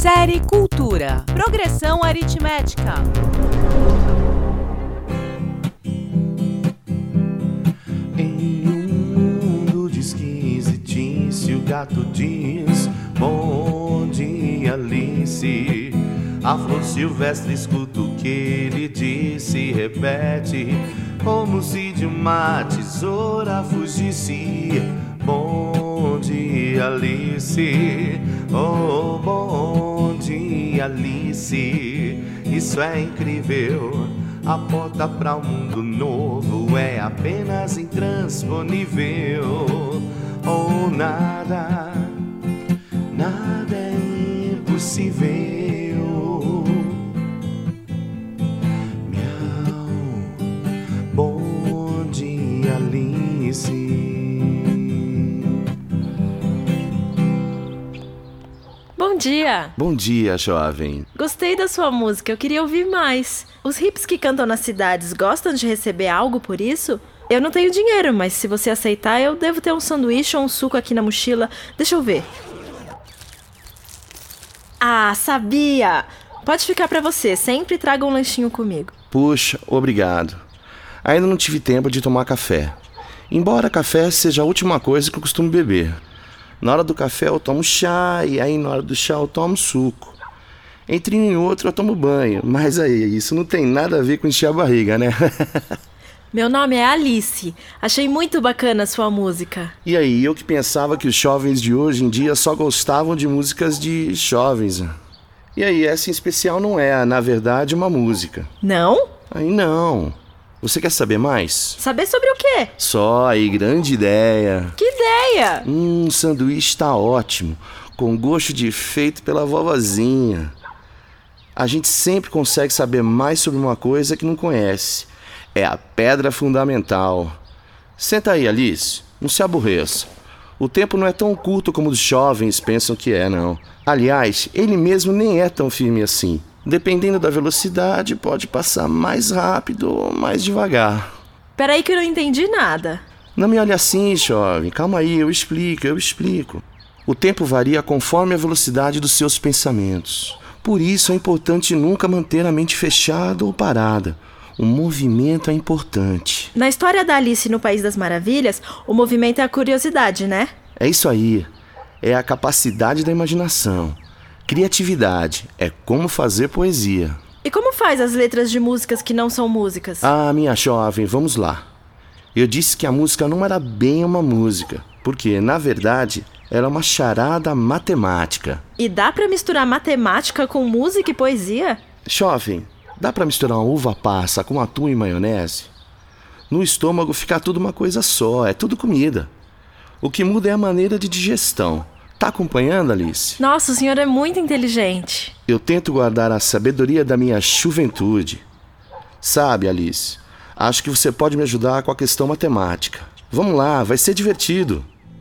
Série Cultura. Progressão aritmética. Em um mundo de esquisitice, o gato diz: bom dia, Alice. A flor silvestre escuta o que ele disse e repete, como se de uma tesoura fugisse. Bom dia, Alice. Oh, bom dia, Alice. Isso é incrível. A porta para um mundo novo é apenas intransponível. Oh, nada é impossível. Miau. Bom dia, Alice. Bom dia! Bom dia, jovem. Gostei da sua música, eu queria ouvir mais. Os hips que cantam nas cidades gostam de receber algo por isso? Eu não tenho dinheiro, mas se você aceitar, eu devo ter um sanduíche ou um suco aqui na mochila. Deixa eu ver. Ah, sabia! Pode ficar pra você, sempre traga um lanchinho comigo. Puxa, obrigado. Ainda não tive tempo de tomar café. Embora café seja a última coisa que eu costumo beber. Na hora do café eu tomo chá, e aí na hora do chá eu tomo suco. Entre um e outro eu tomo banho, mas aí, isso não tem nada a ver com encher a barriga, né? Meu nome é Alice. Achei muito bacana a sua música. E aí, eu que pensava que os jovens de hoje em dia só gostavam de músicas de jovens. E aí, essa em especial não é, na verdade, uma música. Não? Aí não. Você quer saber mais? Saber sobre o quê? Só aí, grande ideia. Que ideia? Sanduíche tá ótimo, com gosto de feito pela vovozinha. A gente sempre consegue saber mais sobre uma coisa que não conhece. É a pedra fundamental. Senta aí, Alice. Não se aborreça. O tempo não é tão curto como os jovens pensam que é, não. Aliás, ele mesmo nem é tão firme assim. Dependendo da velocidade, pode passar mais rápido ou mais devagar. Peraí que eu não entendi nada. Não me olhe assim, jovem. Calma aí, eu explico. O tempo varia conforme a velocidade dos seus pensamentos. Por isso é importante nunca manter a mente fechada ou parada. O movimento é importante. Na história da Alice no País das Maravilhas, o movimento é a curiosidade, né? É isso aí. É a capacidade da imaginação. Criatividade. É como fazer poesia. E como faz as letras de músicas que não são músicas? Ah, minha jovem, vamos lá. Eu disse que a música não era bem uma música, porque, na verdade, era uma charada matemática. E dá pra misturar matemática com música e poesia? Jovem, dá pra misturar uma uva passa com atum e maionese? No estômago fica tudo uma coisa só, é tudo comida. O que muda é a maneira de digestão. Tá acompanhando, Alice? Nossa, o senhor é muito inteligente. Eu tento guardar a sabedoria da minha juventude. Sabe, Alice, acho que você pode me ajudar com a questão matemática. Vamos lá, vai ser divertido.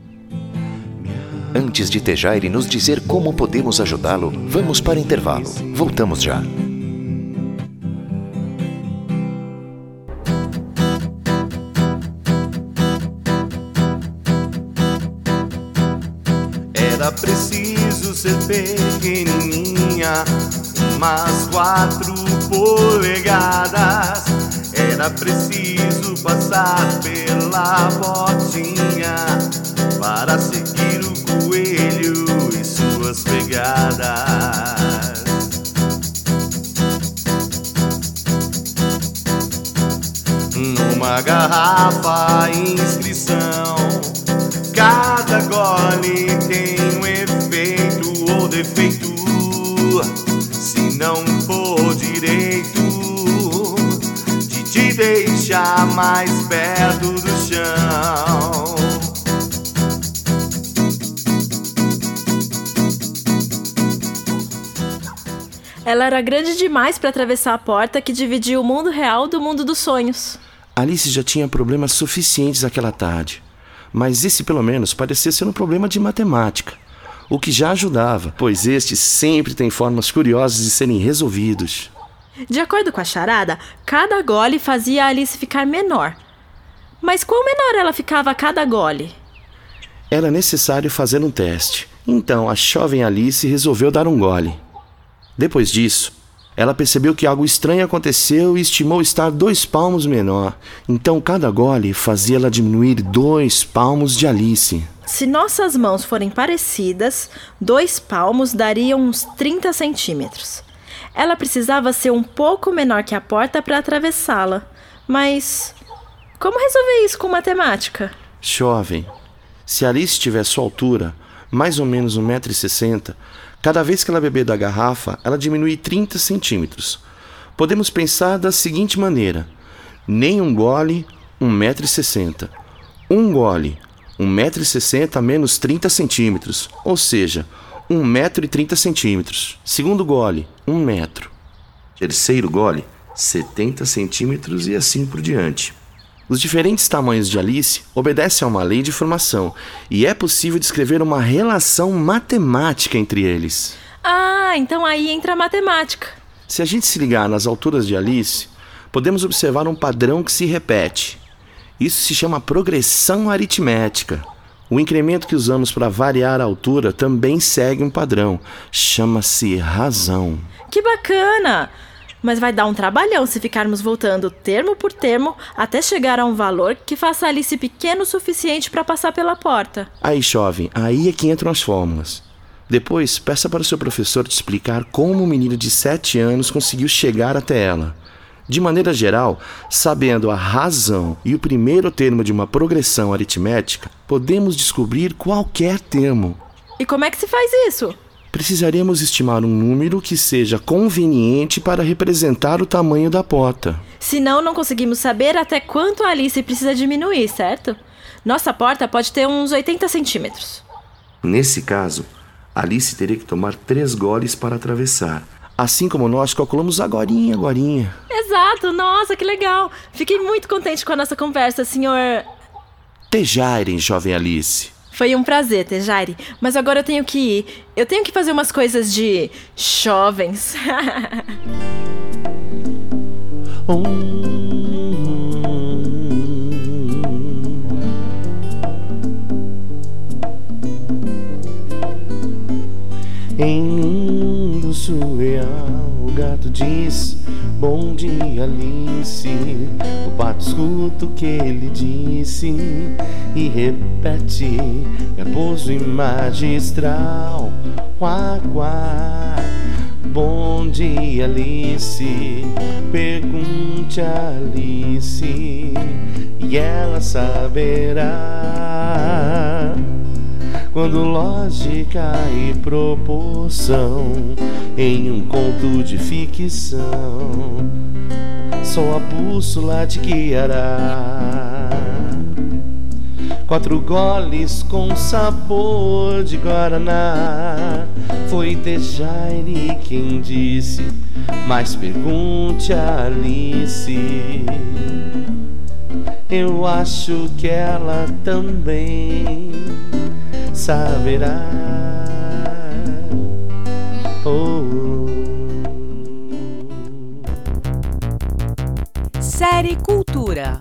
Antes de Tejaire nos dizer como podemos ajudá-lo, vamos para intervalo. Voltamos já. Era preciso ser pequenininha, umas 4 polegadas. Era preciso passar pela portinha para seguir o coelho e suas pegadas. Numa garrafa, inscrição. Cada gole tem um efeito ou defeito. Se não for direito, de te deixar mais perto do chão. Ela era grande demais para atravessar a porta que dividia o mundo real do mundo dos sonhos. Alice já tinha problemas suficientes aquela tarde. Mas esse pelo menos parecia ser um problema de matemática, o que já ajudava, pois estes sempre têm formas curiosas de serem resolvidos. De acordo com a charada, cada gole fazia a Alice ficar menor. Mas quão menor ela ficava a cada gole? Era necessário fazer um teste. Então a jovem Alice resolveu dar um gole. Depois disso, ela percebeu que algo estranho aconteceu e estimou estar 2 palmos menor. Então, cada gole fazia ela diminuir 2 palmos de Alice. Se nossas mãos forem parecidas, 2 palmos dariam uns 30 centímetros. Ela precisava ser um pouco menor que a porta para atravessá-la. Mas como resolver isso com matemática? Jovem, se Alice tiver sua altura, mais ou menos 1,60 m, cada vez que ela beber da garrafa, ela diminui 30 centímetros. Podemos pensar da seguinte maneira: nem um gole, 1,60 m. Um gole, 1,60 m menos 30 centímetros, ou seja, 1,30 m. Segundo gole, 1 metro. Terceiro gole, 70 centímetros e assim por diante. Os diferentes tamanhos de Alice obedecem a uma lei de formação e é possível descrever uma relação matemática entre eles. Ah, então aí entra a matemática. Se a gente se ligar nas alturas de Alice, podemos observar um padrão que se repete. Isso se chama progressão aritmética. O incremento que usamos para variar a altura também segue um padrão. Chama-se razão. Que bacana! Mas vai dar um trabalhão se ficarmos voltando termo por termo até chegar a um valor que faça Alice pequeno o suficiente para passar pela porta. Aí, jovem, aí é que entram as fórmulas. Depois, peça para o seu professor te explicar como um menino de 7 anos conseguiu chegar até ela. De maneira geral, sabendo a razão e o primeiro termo de uma progressão aritmética, podemos descobrir qualquer termo. E como é que se faz isso? Precisaremos estimar um número que seja conveniente para representar o tamanho da porta. Senão, não conseguimos saber até quanto a Alice precisa diminuir, certo? Nossa porta pode ter uns 80 centímetros. Nesse caso, Alice teria que tomar 3 goles para atravessar, assim como nós calculamos agorinha. Exato, nossa, que legal. Fiquei muito contente com a nossa conversa, senhor... Tejaire, jovem Alice. Foi um prazer, Tejaire, mas agora eu tenho que ir. Eu tenho que fazer umas coisas de jovens. Em um mundo surreal, o gato diz: bom dia, Alice. O pato escuta o que ele disse e repete, garboso e magistral: quá, quá. Bom dia, Alice. Pergunte a Alice e ela saberá. Quando lógica e proporção em um conto de ficção, só a bússola te guiará. 4 goles com sabor de guaraná, foi Tejaire quem disse, mas pergunte a Alice. Eu acho que ela também saberá. Série Cultura.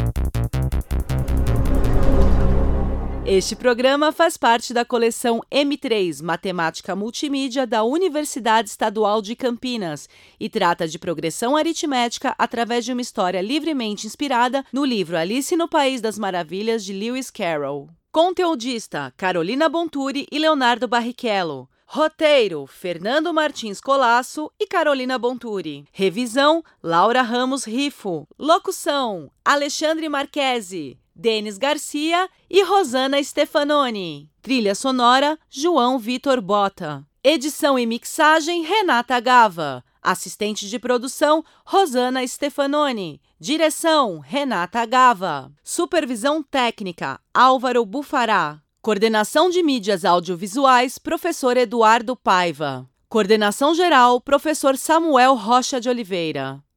Este programa faz parte da coleção M3 Matemática Multimídia da Universidade Estadual de Campinas e trata de progressão aritmética através de uma história livremente inspirada no livro Alice no País das Maravilhas de Lewis Carroll. Conteudista: Carolina Bonturi e Leonardo Barrichello. Roteiro: Fernando Martins Colasso e Carolina Bonturi. Revisão: Laura Ramos Rifo. Locução: Alexandre Marchesi, Denis Garcia e Rosana Stefanoni. Trilha sonora: João Vitor Bota. Edição e mixagem: Renata Gava. Assistente de produção: Rosana Stefanoni. Direção: Renata Gava. Supervisão técnica: Álvaro Bufará. Coordenação de mídias audiovisuais: Professor Eduardo Paiva. Coordenação geral: Professor Samuel Rocha de Oliveira.